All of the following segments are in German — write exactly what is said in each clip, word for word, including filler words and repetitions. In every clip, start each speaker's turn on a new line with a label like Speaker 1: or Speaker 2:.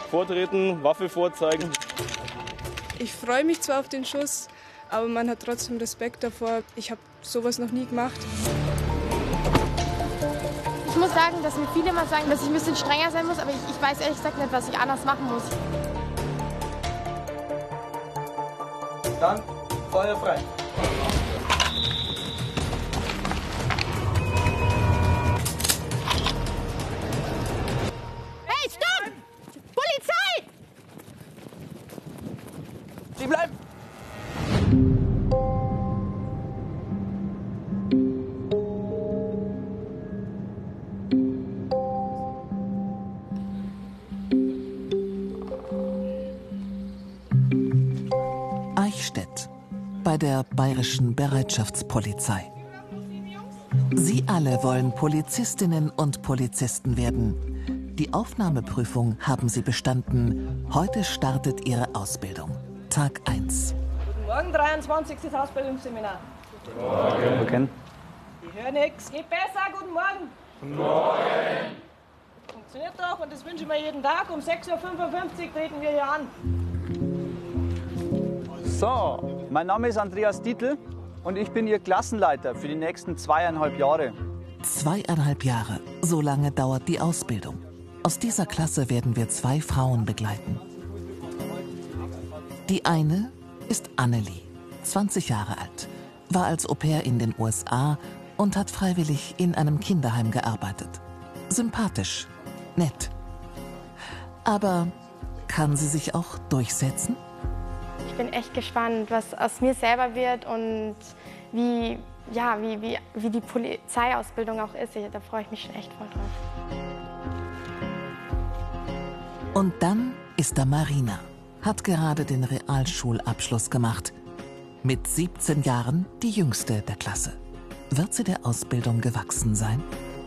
Speaker 1: vortreten, Waffe vorzeigen.
Speaker 2: Ich freue mich zwar auf den Schuss, aber man hat trotzdem Respekt davor. Ich habe sowas noch nie gemacht.
Speaker 3: Ich muss sagen, dass mir viele mal sagen, dass ich ein bisschen strenger sein muss, aber ich, ich weiß ehrlich gesagt nicht, was ich anders machen muss.
Speaker 4: Dann Feuer frei.
Speaker 3: Hey, stopp! Polizei!
Speaker 4: Sie bleiben!
Speaker 5: Eichstätt bei der Bayerischen Bereitschaftspolizei. Sie alle wollen Polizistinnen und Polizisten werden. Die Aufnahmeprüfung haben sie bestanden. Heute startet ihre Ausbildung. Tag eins.
Speaker 6: Guten Morgen, dreiundzwanzigstes Ausbildungsseminar.
Speaker 4: Guten Morgen. Morgen.
Speaker 6: Ich höre nichts. Geht besser. Guten Morgen.
Speaker 4: Guten Morgen.
Speaker 6: Funktioniert doch und das wünsche ich mir jeden Tag. Um sechs Uhr fünfundfünfzig treten wir hier an.
Speaker 4: So, mein Name ist Andreas Dietl und ich bin Ihr Klassenleiter für die nächsten zweieinhalb Jahre.
Speaker 5: Zweieinhalb Jahre, so lange dauert die Ausbildung. Aus dieser Klasse werden wir zwei Frauen begleiten. Die eine ist Annelie, zwanzig Jahre alt, war als Au-pair in den U S A und hat freiwillig in einem Kinderheim gearbeitet. Sympathisch, nett. Aber kann sie sich auch durchsetzen?
Speaker 3: Ich bin echt gespannt, was aus mir selber wird und wie, ja, wie, wie, wie die Polizeiausbildung auch ist. Da freue ich mich schon echt voll drauf.
Speaker 5: Und dann ist da Marina, hat gerade den Realschulabschluss gemacht. Mit siebzehn Jahren die jüngste der Klasse. Wird sie der Ausbildung gewachsen sein?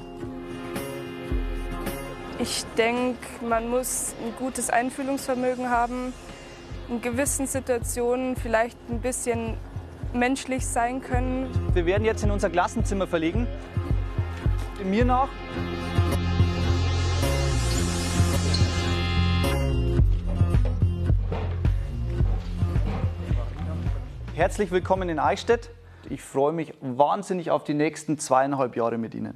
Speaker 2: Ich denke, man muss ein gutes Einfühlungsvermögen haben, in gewissen Situationen vielleicht ein bisschen menschlich sein können.
Speaker 4: Wir werden jetzt in unser Klassenzimmer verlegen. Mir nach. Herzlich willkommen in Eichstätt. Ich freue mich wahnsinnig auf die nächsten zweieinhalb Jahre mit Ihnen.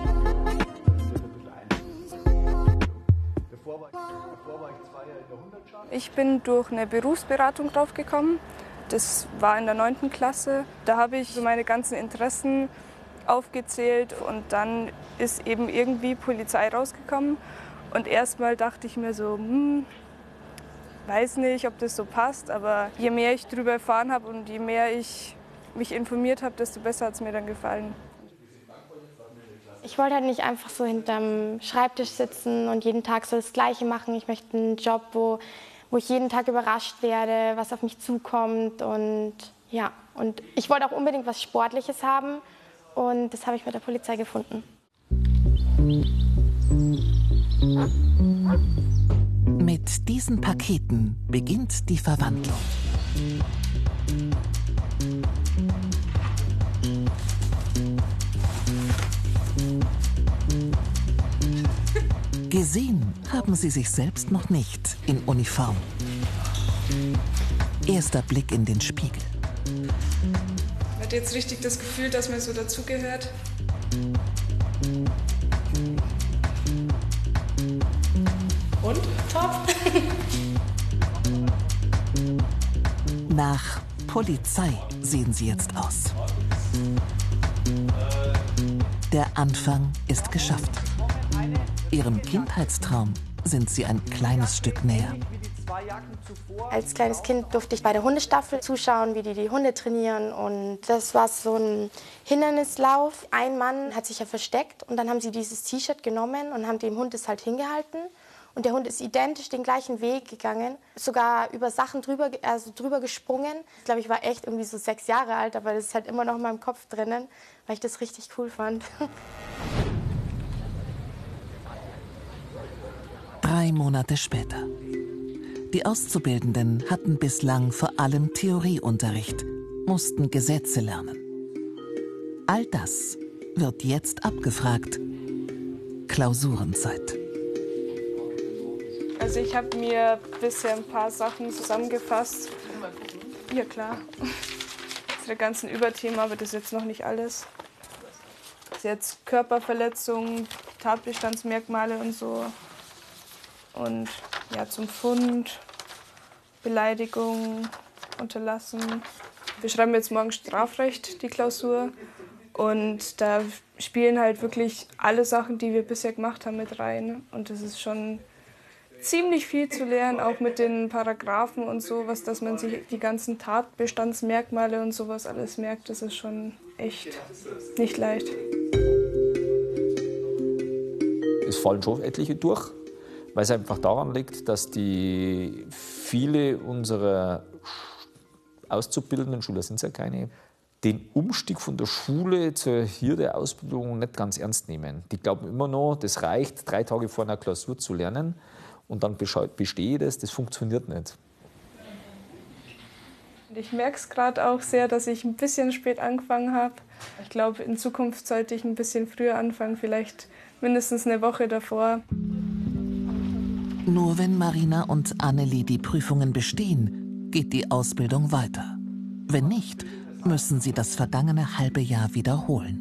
Speaker 2: Ich bin durch eine Berufsberatung draufgekommen. Das war in der neunten Klasse. Da habe ich so meine ganzen Interessen aufgezählt und dann ist eben irgendwie Polizei rausgekommen. Und erstmal dachte ich mir so, hm, weiß nicht, ob das so passt, aber je mehr ich darüber erfahren habe und je mehr ich mich informiert habe, desto besser hat es mir dann gefallen.
Speaker 3: Ich wollte halt nicht einfach so hinterm Schreibtisch sitzen und jeden Tag so das Gleiche machen. Ich möchte einen Job, wo, wo ich jeden Tag überrascht werde, was auf mich zukommt. Und ja, und ich wollte auch unbedingt was Sportliches haben und das habe ich bei der Polizei gefunden.
Speaker 5: Mit diesen Paketen beginnt die Verwandlung. Gesehen haben sie sich selbst noch nicht in Uniform. Erster Blick in den Spiegel.
Speaker 2: Man hat jetzt richtig das Gefühl, dass man so dazugehört.
Speaker 6: Und? Top!
Speaker 5: Nach Polizei sehen sie jetzt aus. Der Anfang ist geschafft. Ihrem Kindheitstraum sind sie ein kleines Stück näher.
Speaker 3: Als kleines Kind durfte ich bei der Hundestaffel zuschauen, wie die die Hunde trainieren. Und das war so ein Hindernislauf. Ein Mann hat sich ja versteckt und dann haben sie dieses T-Shirt genommen und haben dem Hund es halt hingehalten. Und der Hund ist identisch den gleichen Weg gegangen, sogar über Sachen drüber, also drüber gesprungen. Ich glaube, ich war echt irgendwie so sechs Jahre alt, aber das ist halt immer noch in meinem Kopf drinnen, weil ich das richtig cool fand.
Speaker 5: Drei Monate später. Die Auszubildenden hatten bislang vor allem Theorieunterricht, mussten Gesetze lernen. All das wird jetzt abgefragt. Klausurenzeit.
Speaker 2: Also Also ich habe mir bisher ein paar Sachen zusammengefasst. Ja klar. Der ganzen Überthema, aber das ist jetzt noch nicht alles. Das ist jetzt Körperverletzungen, Tatbestandsmerkmale und so. Und ja, zum Fund, Beleidigung, Unterlassen. Wir schreiben jetzt morgen Strafrecht, die Klausur. Und da spielen halt wirklich alle Sachen, die wir bisher gemacht haben, mit rein. Und das ist schon ziemlich viel zu lernen, auch mit den Paragraphen und sowas, dass man sich die ganzen Tatbestandsmerkmale und sowas alles merkt. Das ist schon echt nicht leicht.
Speaker 7: Es fallen schon etliche durch, weil es einfach daran liegt, dass die viele unserer Auszubildenden, Schüler sind es ja keine, den Umstieg von der Schule zur hier der Ausbildung nicht ganz ernst nehmen. Die glauben immer noch, das reicht, drei Tage vor einer Klausur zu lernen und dann bestehe ich das, das funktioniert nicht.
Speaker 2: Ich merke es gerade auch sehr, dass ich ein bisschen spät angefangen habe. Ich glaube, in Zukunft sollte ich ein bisschen früher anfangen, vielleicht mindestens eine Woche davor.
Speaker 5: Nur wenn Marina und Annelie die Prüfungen bestehen, geht die Ausbildung weiter. Wenn nicht, müssen sie das vergangene halbe Jahr wiederholen.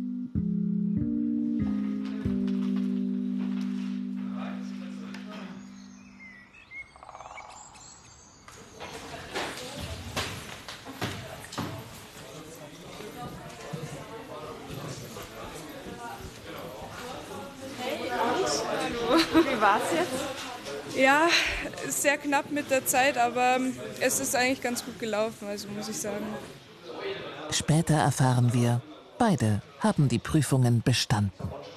Speaker 2: Wie war's jetzt? Ja, sehr knapp mit der Zeit, aber es ist eigentlich ganz gut gelaufen, also muss ich sagen.
Speaker 5: Später erfahren wir, beide haben die Prüfungen bestanden.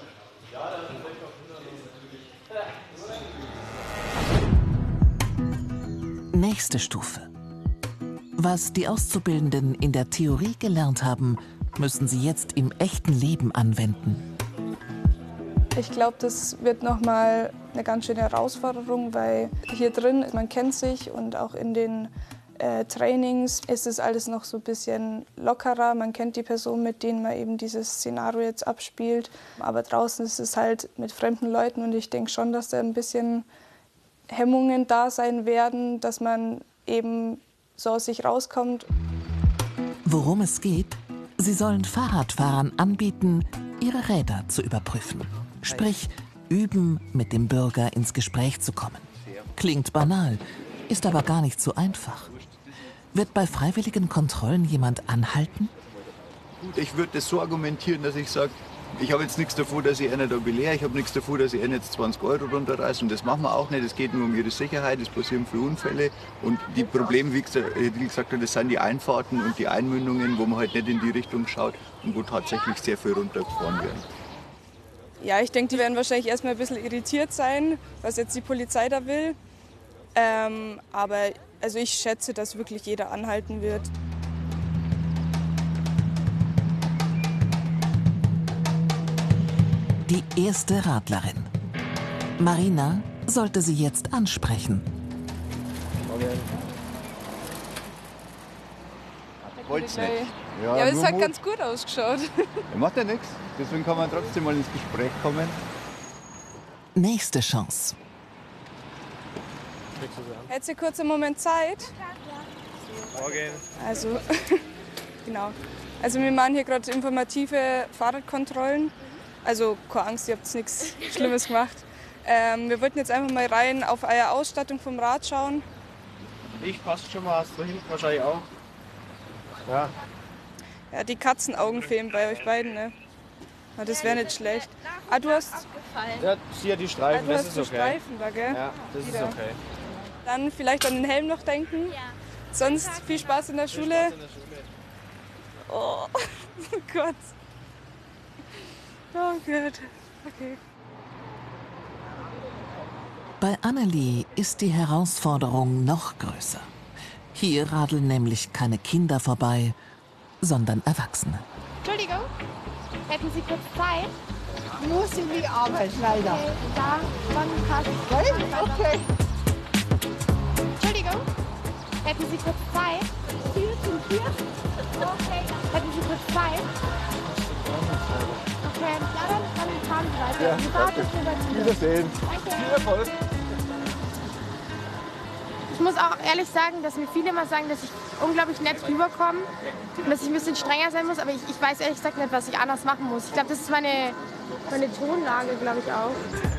Speaker 5: Nächste Stufe. Was die Auszubildenden in der Theorie gelernt haben, müssen sie jetzt im echten Leben anwenden.
Speaker 2: Ich glaube, das wird nochmal eine ganz schöne Herausforderung, weil hier drin, man kennt sich und auch in den äh, Trainings ist es alles noch so ein bisschen lockerer. Man kennt die Person, mit denen man eben dieses Szenario jetzt abspielt. Aber draußen ist es halt mit fremden Leuten und ich denke schon, dass da ein bisschen Hemmungen da sein werden, dass man eben so aus sich rauskommt.
Speaker 5: Worum es geht? Sie sollen Fahrradfahrern anbieten, ihre Räder zu überprüfen. Sprich, üben, mit dem Bürger ins Gespräch zu kommen. Klingt banal, ist aber gar nicht so einfach. Wird bei freiwilligen Kontrollen jemand anhalten?
Speaker 8: Ich würde das so argumentieren, dass ich sage, ich habe jetzt nichts davor, dass ich einer da belehre, ich habe nichts davor, dass ich einer jetzt zwanzig Euro runterreiße und das machen wir auch nicht. Es geht nur um ihre Sicherheit, es passieren viele Unfälle und die Probleme, wie gesagt, das sind die Einfahrten und die Einmündungen, wo man halt nicht in die Richtung schaut und wo tatsächlich sehr viel runtergefahren werden.
Speaker 2: Ja, ich denke, die werden wahrscheinlich erstmal ein bisschen irritiert sein, was jetzt die Polizei da will. Ähm, aber also ich schätze, dass wirklich jeder anhalten wird.
Speaker 5: Die erste Radlerin. Marina sollte sie jetzt ansprechen.
Speaker 8: Wollt's nicht.
Speaker 2: Ja, ja, das hat ganz gut ausgeschaut.
Speaker 8: Ja, macht ja nichts. Deswegen kann man trotzdem mal ins Gespräch kommen.
Speaker 5: Nächste Chance.
Speaker 2: Hättest du kurz einen Moment Zeit?
Speaker 1: Morgen.
Speaker 2: Also, genau. Also wir machen hier gerade informative Fahrradkontrollen. Also keine Angst, ihr habt nichts Schlimmes gemacht. Ähm, wir wollten jetzt einfach mal rein auf eure Ausstattung vom Rad schauen.
Speaker 1: Ich passt schon mal, hast du hinten wahrscheinlich auch. Ja.
Speaker 2: Ja, die Katzenaugen fehlen bei euch beiden, ne? Na, das wäre nicht schlecht. Ah, du hast...
Speaker 1: Ja, hier die Streifen,
Speaker 2: ah, du
Speaker 1: das
Speaker 2: hast
Speaker 1: ist
Speaker 2: die
Speaker 1: okay.
Speaker 2: Streifen da, gell?
Speaker 1: Ja, das
Speaker 2: Wieder.
Speaker 1: ist okay.
Speaker 2: Dann vielleicht an den Helm noch denken.
Speaker 9: Ja.
Speaker 2: Sonst viel Spaß in der
Speaker 1: Viel
Speaker 2: Schule.
Speaker 1: Spaß in der Schule.
Speaker 2: Oh, oh Gott. Oh Gott. Okay.
Speaker 5: Bei Annelie ist die Herausforderung noch größer. Hier radeln nämlich keine Kinder vorbei, sondern Erwachsene.
Speaker 9: Entschuldigung, hätten Sie kurz Zeit?
Speaker 10: Ich muss in die Arbeit, leider.
Speaker 9: Okay, da, dann passt es.
Speaker 10: Okay.
Speaker 9: Entschuldigung, hätten Sie kurz Zeit? Vier zum vier. Okay. Hätten Sie kurz Zeit? Okay, ja, dann, dann fahren Sie weiter.
Speaker 8: Ja,
Speaker 9: Die Fahrt ist über die-
Speaker 8: Wiedersehen.
Speaker 9: Danke.
Speaker 8: Viel Erfolg.
Speaker 3: Ich muss auch ehrlich sagen, dass mir viele immer sagen, dass ich unglaublich nett rüberkomme und dass ich ein bisschen strenger sein muss, aber ich, ich weiß ehrlich gesagt nicht, was ich anders machen muss. Ich glaube, das ist meine, meine Tonlage, glaube ich auch.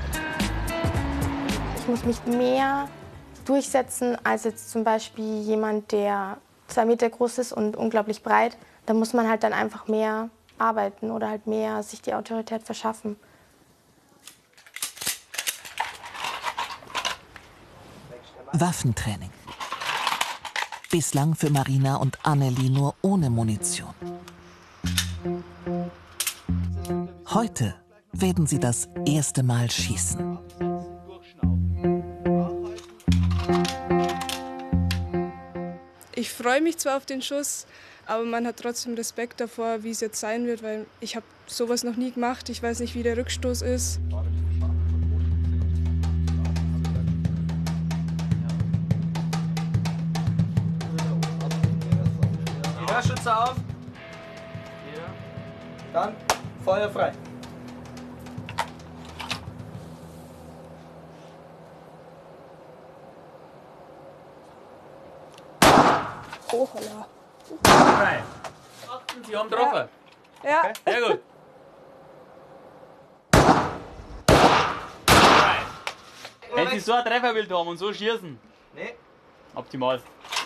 Speaker 3: Ich muss mich mehr durchsetzen als jetzt zum Beispiel jemand, der zwei Meter groß ist und unglaublich breit. Da muss man halt dann einfach mehr arbeiten oder halt mehr sich die Autorität verschaffen.
Speaker 5: Waffentraining. Bislang für Marina und Annelie nur ohne Munition. Heute werden sie das erste Mal schießen.
Speaker 2: Ich freue mich zwar auf den Schuss, aber man hat trotzdem Respekt davor, wie es jetzt sein wird, weil ich habe sowas noch nie gemacht. Ich weiß nicht, wie der Rückstoß ist.
Speaker 4: Ja, Schütze auf. Dann Feuer frei.
Speaker 2: Oh, holla.
Speaker 11: Frei. Achten, Sie haben getroffen.
Speaker 2: Ja. Ja.
Speaker 11: Okay. Sehr gut. Frei. Wenn Sie so ein Trefferbild haben und so schießen.
Speaker 4: Nee.
Speaker 11: Optimal.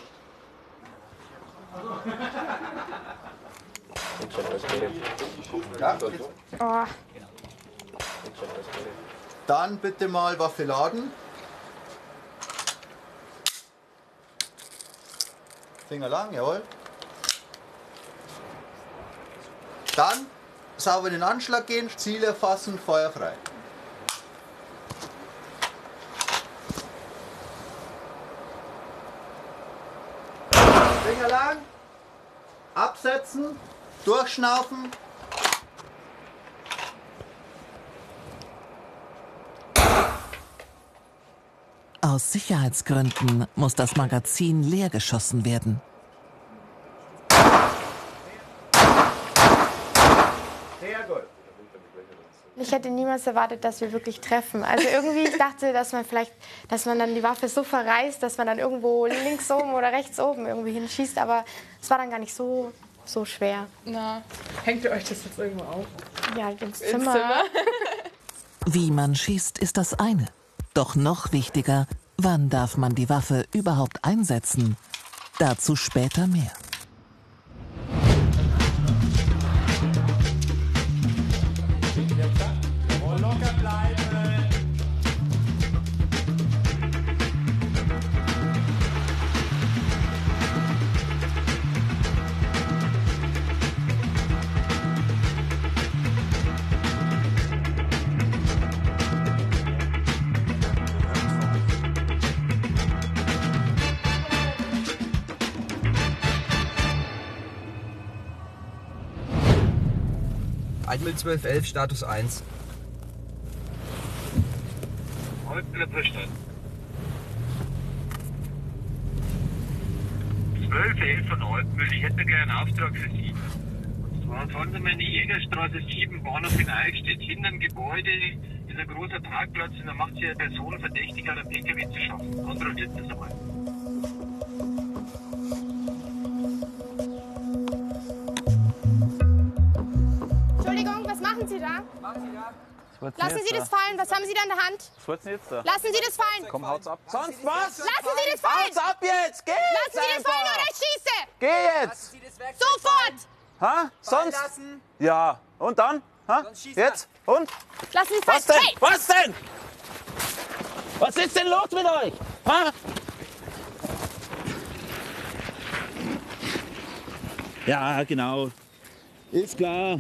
Speaker 8: Ja.
Speaker 3: Oh.
Speaker 8: Dann bitte mal Waffe laden. Finger lang, jawohl. Dann sauber in den Anschlag gehen, Ziel erfassen, Feuer frei. Finger lang, absetzen, durchschnaufen.
Speaker 5: Aus Sicherheitsgründen muss das Magazin leer geschossen werden.
Speaker 8: Sehr gut.
Speaker 3: Ich hätte niemals erwartet, dass wir wirklich treffen. Also irgendwie, ich dachte, dass man vielleicht, dass man dann die Waffe so verreißt, dass man dann irgendwo links oben oder rechts oben irgendwie hinschießt. Aber es war dann gar nicht so, so schwer.
Speaker 2: Na, hängt ihr euch das jetzt irgendwo auf?
Speaker 3: Ja, ins
Speaker 2: Ins
Speaker 3: Zimmer.
Speaker 2: Zimmer?
Speaker 5: Wie man schießt, ist das eine. Doch noch wichtiger, wann darf man die Waffe überhaupt einsetzen? Dazu später mehr.
Speaker 11: Locker bleiben.
Speaker 12: Eidmühl zwölf elf, Status eins.
Speaker 13: Verstanden. zwölf elf von Altmühl, ich hätte gerne einen Auftrag für Sie. Und zwar fahren Sie mal in die Jägerstraße sieben, Bahnhof in Eichstätt. Hinter dem Gebäude ist ein großer Parkplatz und da macht sich eine Person verdächtig, an einem P K W zu schaffen. Kontrolliert das einmal.
Speaker 3: Entschuldigung, was machen Sie da?
Speaker 4: Was
Speaker 3: Lassen Sie das fallen. Was haben Sie da in der Hand?
Speaker 4: Was wollt's denn jetzt da?
Speaker 3: Lassen Sie das fallen.
Speaker 4: Komm, haut's ab.
Speaker 12: Sonst was?
Speaker 3: Lassen Sie das fallen.
Speaker 12: Haut's ab jetzt! Geht
Speaker 3: Lassen Sie das fallen oder ich schieße.
Speaker 12: Geh jetzt!
Speaker 3: Sofort.
Speaker 12: Ha? Sonst? Ja. Und dann? Ha? Jetzt? Und?
Speaker 3: Lassen Sie es fallen.
Speaker 12: Was denn?
Speaker 3: Hey.
Speaker 12: Was denn? Was ist denn los mit euch? Ha?
Speaker 14: Ja, genau. Ist klar.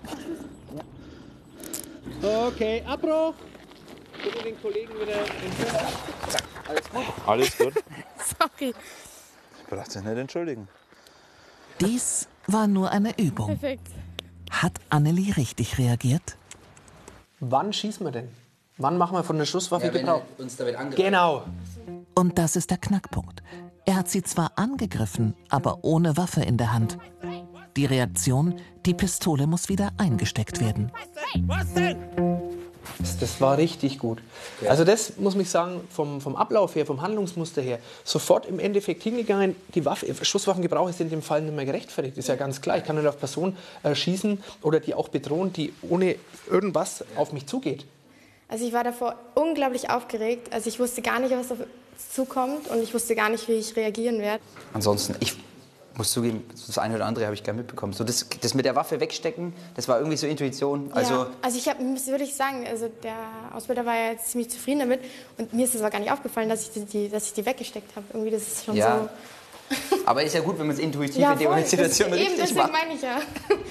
Speaker 14: Okay, Abbruch. Bitte den Kollegen wieder entfernen. Alles gut?
Speaker 12: Alles gut.
Speaker 3: Sorry.
Speaker 12: Ich brauche dich nicht entschuldigen.
Speaker 5: Dies war nur eine Übung.
Speaker 3: Perfekt.
Speaker 5: Hat Annelie richtig reagiert?
Speaker 15: Wann schießen wir denn? Wann machen wir von der Schusswaffe
Speaker 16: Ja, wenn
Speaker 15: Gebrauch?
Speaker 16: er uns damit angreift.
Speaker 15: Genau.
Speaker 5: Und das ist der Knackpunkt. Er hat sie zwar angegriffen, aber ohne Waffe in der Hand. Die Reaktion, die Pistole muss wieder eingesteckt werden.
Speaker 12: Was denn?
Speaker 15: Das, das war richtig gut. Also das muss ich sagen, vom, vom Ablauf her, vom Handlungsmuster her, sofort im Endeffekt hingegangen, die Waffe, Schusswaffengebrauch ist in dem Fall nicht mehr gerechtfertigt, ist ja ganz klar. Ich kann nicht auf Personen äh, schießen oder die auch bedrohen, die ohne irgendwas auf mich zugeht.
Speaker 3: Also ich war davor unglaublich aufgeregt. Also ich wusste gar nicht, was auf uns zukommt und ich wusste gar nicht, wie ich reagieren werde.
Speaker 16: Ansonsten, ich muss zugeben, das eine oder andere habe ich gar nicht mitbekommen. So das, das mit der Waffe wegstecken, das war irgendwie so Intuition. Also,
Speaker 3: ja, also ich habe, würde ich sagen, also der Ausbilder war ja jetzt ziemlich zufrieden damit und mir ist es aber gar nicht aufgefallen, dass ich die, dass ich die weggesteckt habe. Irgendwie das ist schon
Speaker 16: ja.
Speaker 3: so.
Speaker 16: Aber ist ja gut, wenn man es intuitiv
Speaker 3: Ja,
Speaker 16: in der
Speaker 3: voll.
Speaker 16: Situation
Speaker 3: das,
Speaker 16: richtig
Speaker 3: eben, deswegen
Speaker 16: macht.
Speaker 3: meine ich ja.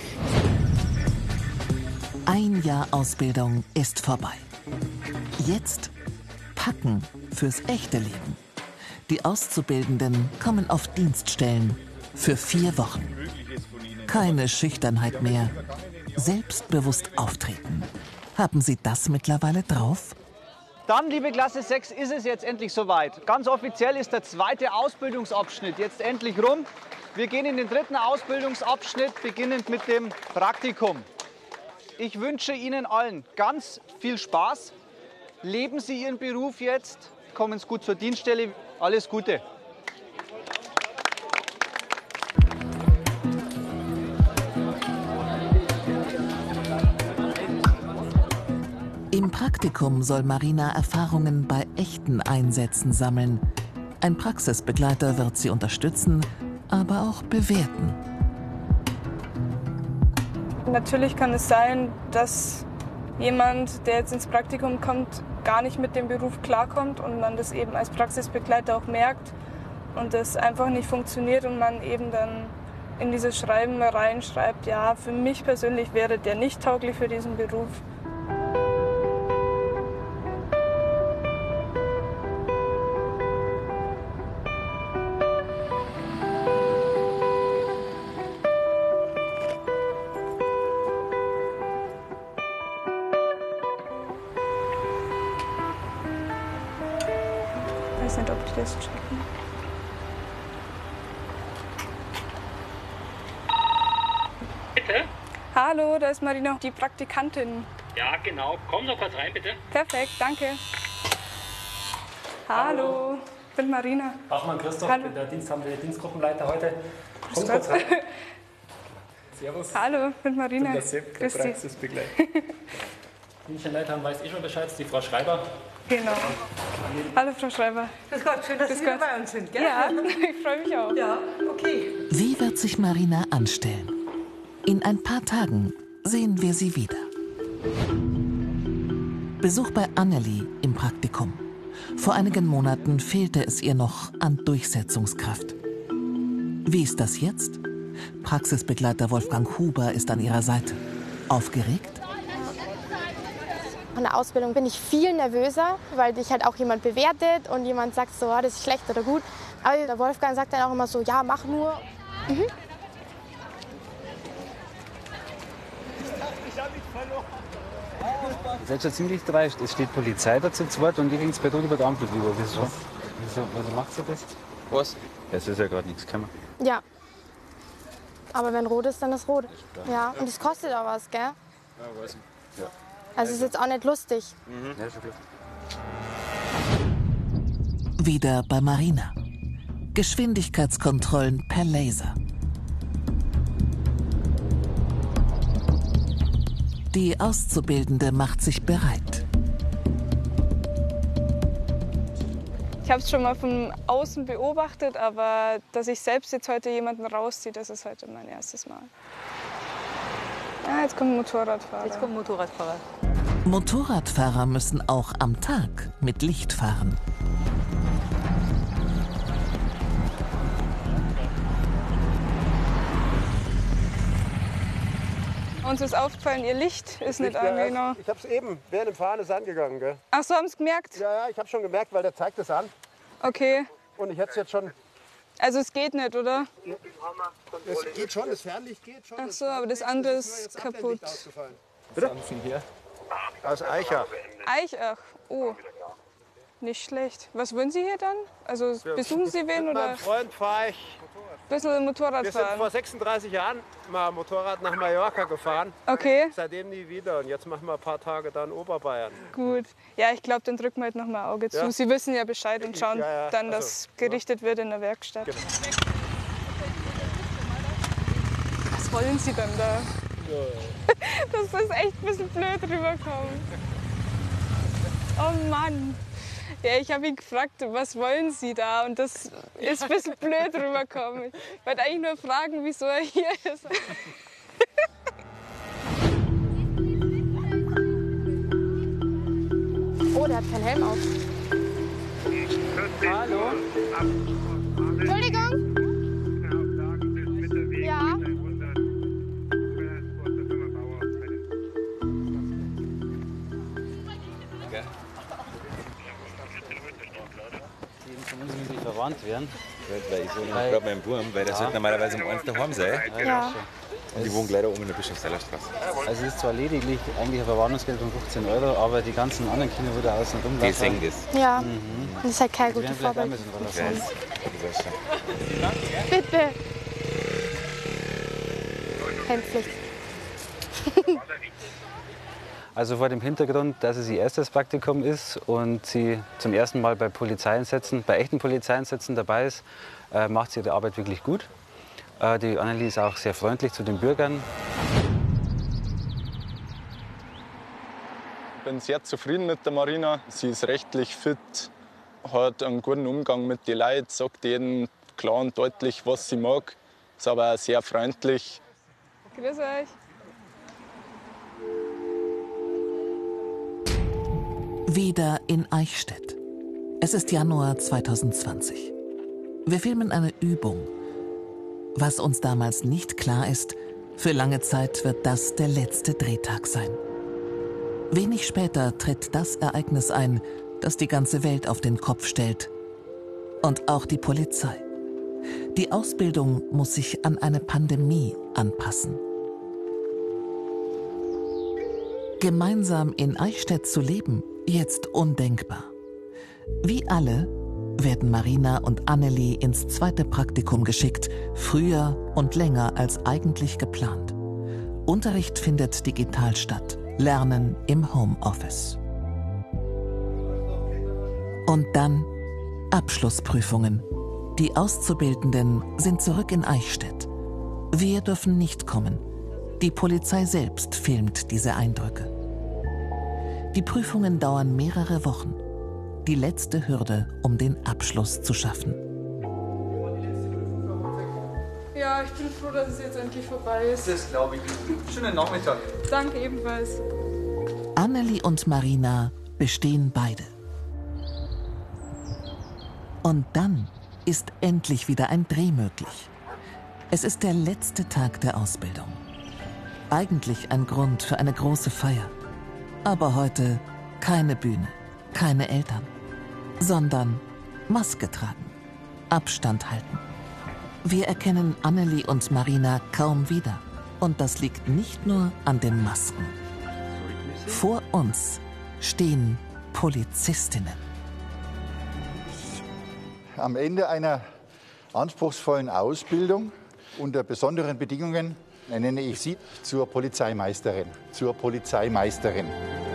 Speaker 5: Ein Jahr Ausbildung ist vorbei. Jetzt packen fürs echte Leben. Die Auszubildenden kommen auf Dienststellen für vier Wochen. Keine Schüchternheit mehr. Selbstbewusst auftreten. Haben Sie das mittlerweile drauf?
Speaker 4: Dann, liebe Klasse sechs, ist es jetzt endlich soweit. Ganz offiziell ist der zweite Ausbildungsabschnitt jetzt endlich rum. Wir gehen in den dritten Ausbildungsabschnitt, beginnend mit dem Praktikum. Ich wünsche Ihnen allen ganz viel Spaß. Leben Sie Ihren Beruf jetzt, kommen Sie gut zur Dienststelle. Alles Gute.
Speaker 5: Im Praktikum soll Marina Erfahrungen bei echten Einsätzen sammeln. Ein Praxisbegleiter wird sie unterstützen, aber auch bewerten.
Speaker 2: Natürlich kann es sein, dass jemand, der jetzt ins Praktikum kommt, gar nicht mit dem Beruf klarkommt und man das eben als Praxisbegleiter auch merkt und das einfach nicht funktioniert und man eben dann in dieses Schreiben reinschreibt, ja, für mich persönlich wäre der nicht tauglich für diesen Beruf. Ich weiß nicht, ob die das checken.
Speaker 17: Bitte?
Speaker 2: Hallo, da ist Marina, die Praktikantin.
Speaker 17: Ja, genau. Komm noch kurz rein, bitte.
Speaker 2: Perfekt, danke. Hallo, ich bin Marina.
Speaker 18: Bachmann Christoph,
Speaker 2: Hallo.
Speaker 18: bin der diensthabende Dienstgruppenleiter heute. Komm
Speaker 2: Grüß
Speaker 18: kurz
Speaker 2: Gott.
Speaker 18: rein. Servus.
Speaker 2: Hallo, ich bin Marina.
Speaker 18: Ich bin der Sepp, der
Speaker 2: Grüß dich.
Speaker 18: Praxisbegleiter. Dienststellenleiter weiß eh schon Bescheid, die Frau Schreiber.
Speaker 2: Genau. Hallo, Frau Schreiber.
Speaker 19: Grüß Gott, schön, dass
Speaker 2: Grüß
Speaker 19: Sie wieder
Speaker 2: Gott.
Speaker 19: bei uns sind. Gell?
Speaker 2: Ja, ich freue mich auch.
Speaker 19: Ja, okay.
Speaker 5: Wie wird sich Marina anstellen? In ein paar Tagen sehen wir sie wieder. Besuch bei Annelie im Praktikum. Vor einigen Monaten fehlte es ihr noch an Durchsetzungskraft. Wie ist das jetzt? Praxisbegleiter Wolfgang Huber ist an ihrer Seite. Aufgeregt?
Speaker 3: In der Ausbildung bin ich viel nervöser, weil dich halt auch jemand bewertet und jemand sagt so, oh, das ist schlecht oder gut. Aber der Wolfgang sagt dann auch immer so, ja, mach nur. Mhm.
Speaker 20: Ihr seid schon ziemlich dreist. Es steht Polizei da zu zweit und die gehen bei über die Ampel drüber. Wieso? Wieso, wieso macht ihr das? Was? Das ist ja gerade nichts. Kann man.
Speaker 3: Ja. Aber wenn rot ist, dann ist rot. Ja, und es kostet auch was, gell?
Speaker 20: Ja, weiß ich. Ja.
Speaker 3: Also ist jetzt auch nicht lustig.
Speaker 20: Mhm. Ja, schon klar.
Speaker 5: Wieder bei Marina. Geschwindigkeitskontrollen per Laser. Die Auszubildende macht sich bereit.
Speaker 2: Ich habe es schon mal von außen beobachtet, aber dass ich selbst jetzt heute jemanden rausziehe, das ist heute mein erstes Mal. Ah, jetzt kommt ein Motorradfahrer.
Speaker 19: Jetzt kommt ein Motorradfahrer.
Speaker 5: Motorradfahrer müssen auch am Tag mit Licht fahren.
Speaker 2: Uns ist aufgefallen, ihr Licht ist nicht an, genau.
Speaker 14: Ich habe es eben während dem Fahren ist angegangen, gell?
Speaker 2: Ach so, haben Sie gemerkt?
Speaker 14: Ja, ja, ich habe schon gemerkt, weil der zeigt es an.
Speaker 2: Okay.
Speaker 14: Und ich hätte es jetzt schon.
Speaker 2: Also es geht nicht, oder?
Speaker 14: Es geht schon, das Fernlicht geht schon.
Speaker 2: Ach so, aber das andere ist kaputt.
Speaker 14: Bitte? Aus Eichach.
Speaker 2: Eichach, oh. Nicht schlecht. Was wollen Sie hier dann? Also besuchen Sie wen
Speaker 14: Mit
Speaker 2: oder?
Speaker 14: meinem Freund fahre ich
Speaker 2: bisschen Motorrad
Speaker 14: Wir sind
Speaker 2: fahren.
Speaker 14: vor sechsunddreißig Jahren mal Motorrad nach Mallorca gefahren.
Speaker 2: Okay.
Speaker 14: Seitdem nie wieder. Und jetzt machen wir ein paar Tage da in Oberbayern.
Speaker 2: Gut. Ja, ich glaube, dann drücken wir halt noch mal Auge zu.
Speaker 14: Ja.
Speaker 2: Sie wissen ja Bescheid und schauen
Speaker 14: Ja, ja.
Speaker 2: dann,
Speaker 14: Also,
Speaker 2: dass gerichtet wird in der Werkstatt.
Speaker 14: Genau.
Speaker 2: Was wollen Sie denn da? Das ist echt ein bisschen blöd rüberkommen. Oh Mann. Ja, ich habe ihn gefragt, was wollen Sie da? Und das ist ein bisschen blöd rüberkommen. Ich wollte eigentlich nur fragen, wieso er hier ist.
Speaker 3: Oh, der hat keinen Helm auf.
Speaker 14: Hallo?
Speaker 3: Entschuldigung? Ja?
Speaker 20: Von uns müssen die verwandt werden.
Speaker 21: Weil ich so gerade meinen Buben, weil der
Speaker 20: Ja.
Speaker 21: sollte normalerweise um eins daheim sein.
Speaker 3: Ja.
Speaker 21: Und die wohnen leider oben in der Bischofshellerstraße.
Speaker 20: Also es ist zwar lediglich eigentlich ein Verwarnungsgeld von fünfzehn Euro, aber die ganzen anderen Kinder, die da außen rumlaufen...
Speaker 21: Die sehen das.
Speaker 3: Ja.
Speaker 20: Mhm.
Speaker 3: Das ist halt keine
Speaker 20: Die
Speaker 3: gute
Speaker 20: werden vielleicht auch
Speaker 3: Vorbild.
Speaker 20: ein bisschen
Speaker 21: Ich
Speaker 20: verlassen.
Speaker 21: weiß. Ich weiß schon.
Speaker 3: Bitte. Helmpflicht.
Speaker 20: Also vor dem Hintergrund, dass es ihr erstes Praktikum ist und sie zum ersten Mal bei Polizeieinsätzen, bei echten Polizeieinsätzen dabei ist, äh, macht sie ihre Arbeit wirklich gut. Äh, die Annelie ist auch sehr freundlich zu den Bürgern.
Speaker 22: Ich bin sehr zufrieden mit der Marina. Sie ist rechtlich fit, hat einen guten Umgang mit den Leuten, sagt jedem klar und deutlich, was sie mag. Ist aber auch sehr freundlich.
Speaker 2: Grüß euch.
Speaker 5: Wieder in Eichstätt. Es ist Januar zweitausendzwanzig. Wir filmen eine Übung. Was uns damals nicht klar ist, für lange Zeit wird das der letzte Drehtag sein. Wenig später tritt das Ereignis ein, das die ganze Welt auf den Kopf stellt. Und auch die Polizei. Die Ausbildung muss sich an eine Pandemie anpassen. Gemeinsam in Eichstätt zu leben, jetzt undenkbar. Wie alle werden Marina und Annelie ins zweite Praktikum geschickt, früher und länger als eigentlich geplant. Unterricht findet digital statt, Lernen im Homeoffice. Und dann Abschlussprüfungen. Die Auszubildenden sind zurück in Eichstätt. Wir dürfen nicht kommen. Die Polizei selbst filmt diese Eindrücke. Die Prüfungen dauern mehrere Wochen. Die letzte Hürde, um den Abschluss zu schaffen.
Speaker 2: Ja, ich bin froh, dass es jetzt endlich vorbei ist.
Speaker 4: Das glaube ich. Schönen Nachmittag.
Speaker 2: Danke ebenfalls.
Speaker 5: Annelie und Marina bestehen beide. Und dann ist endlich wieder ein Dreh möglich. Es ist der letzte Tag der Ausbildung. Eigentlich ein Grund für eine große Feier. Aber heute keine Bühne, keine Eltern, sondern Maske tragen, Abstand halten. Wir erkennen Annelie und Marina kaum wieder. Und das liegt nicht nur an den Masken. Vor uns stehen Polizistinnen.
Speaker 23: Am Ende einer anspruchsvollen Ausbildung unter besonderen Bedingungen ernenne ich Sie zur Polizeimeisterin. Zur Polizeimeisterin.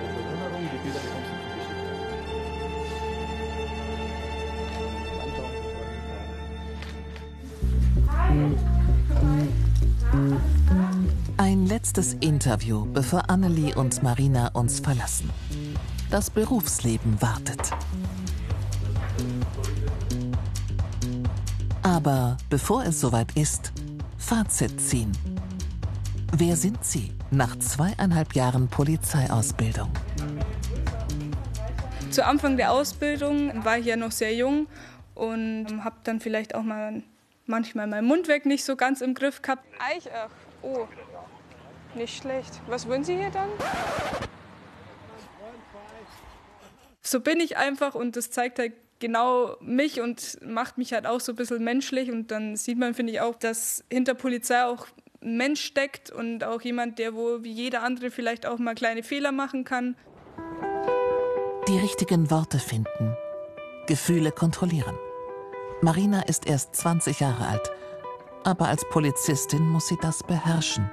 Speaker 5: Ein letztes Interview, bevor Annelie und Marina uns verlassen. Das Berufsleben wartet. Aber bevor es soweit ist, Fazit ziehen. Wer sind Sie nach zweieinhalb Jahren Polizeiausbildung?
Speaker 2: Zu Anfang der Ausbildung war ich ja noch sehr jung und habe dann vielleicht auch mal manchmal meinen Mundwerk nicht so ganz im Griff gehabt. Eichach, oh, nicht schlecht. Was wollen Sie hier dann? So bin ich einfach und das zeigt halt genau mich und macht mich halt auch so ein bisschen menschlich. Und dann sieht man, finde ich, auch, dass hinter Polizei auch ein Mensch steckt und auch jemand, der wohl wie jeder andere vielleicht auch mal kleine Fehler machen kann.
Speaker 5: Die richtigen Worte finden, Gefühle kontrollieren. Marina ist erst zwanzig Jahre alt, Aber als Polizistin muss sie das beherrschen.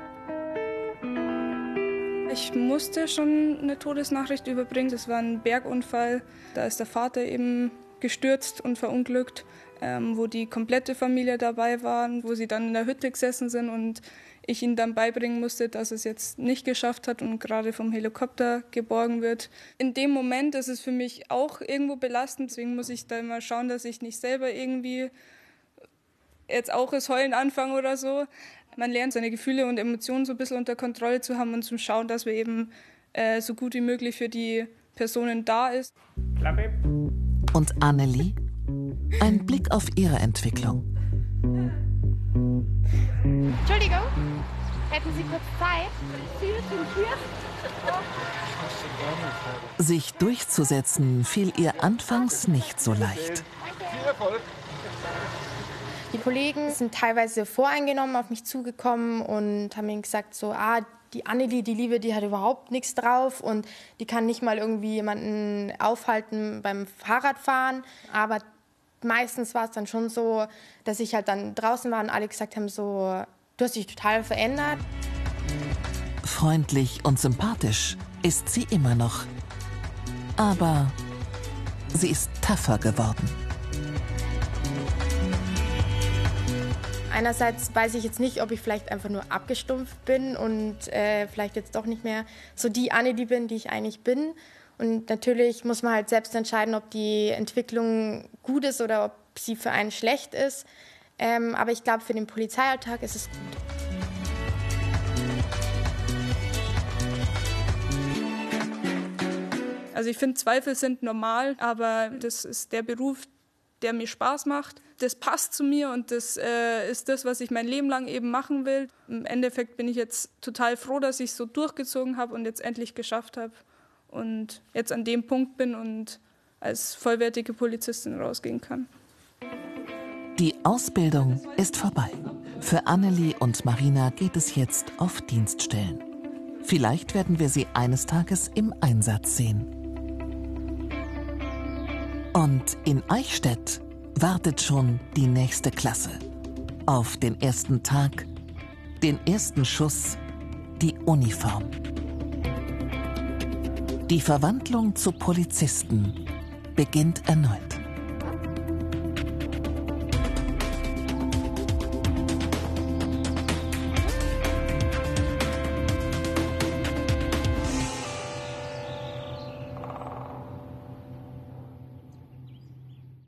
Speaker 2: Ich musste schon eine Todesnachricht überbringen. Das war ein Bergunfall. Da ist der Vater eben gestürzt und verunglückt, ähm, wo die komplette Familie dabei war, wo sie dann in der Hütte gesessen sind und ich ihnen dann beibringen musste, dass es jetzt nicht geschafft hat und gerade vom Helikopter geborgen wird. In dem Moment ist es für mich auch irgendwo belastend, deswegen muss ich da immer schauen, dass ich nicht selber irgendwie jetzt auch das Heulen anfange oder so. Man lernt seine Gefühle und Emotionen so ein bisschen unter Kontrolle zu haben und zu schauen, dass wir eben äh, so gut wie möglich für die Personen da ist.
Speaker 17: Klappe.
Speaker 5: Und Annelie? Ein Blick auf ihre Entwicklung.
Speaker 9: Entschuldigung, hätten Sie kurz Zeit? Tür zum Tür.
Speaker 5: Sich durchzusetzen fiel ihr anfangs nicht so leicht.
Speaker 3: Die Kollegen sind teilweise voreingenommen auf mich zugekommen und haben mir gesagt, so, ah, die Annelie, die Liebe, die hat überhaupt nichts drauf und die kann nicht mal irgendwie jemanden aufhalten beim Fahrradfahren. Aber meistens war es dann schon so, dass ich halt dann draußen war und alle gesagt haben, so, du hast dich total verändert.
Speaker 5: Freundlich und sympathisch ist sie immer noch. Aber sie ist tougher geworden.
Speaker 3: Einerseits weiß ich jetzt nicht, ob ich vielleicht einfach nur abgestumpft bin und äh, vielleicht jetzt doch nicht mehr so die Annelie bin, die ich eigentlich bin. Und natürlich muss man halt selbst entscheiden, ob die Entwicklung gut ist oder ob sie für einen schlecht ist. Ähm, aber ich glaube, für den Polizeialltag ist es gut.
Speaker 2: Also ich finde, Zweifel sind normal, aber das ist der Beruf, der mir Spaß macht. Das passt zu mir und das äh, ist das, was ich mein Leben lang eben machen will. Im Endeffekt bin ich jetzt total froh, dass ich es so durchgezogen habe und jetzt endlich geschafft habe und jetzt an dem Punkt bin und als vollwertige Polizistin rausgehen kann.
Speaker 5: Die Ausbildung ist vorbei. Für Annelie und Marina geht es jetzt auf Dienststellen. Vielleicht werden wir sie eines Tages im Einsatz sehen. Und in Eichstätt wartet schon die nächste Klasse. Auf den ersten Tag, den ersten Schuss, die Uniform. Die Verwandlung zu Polizisten beginnt erneut.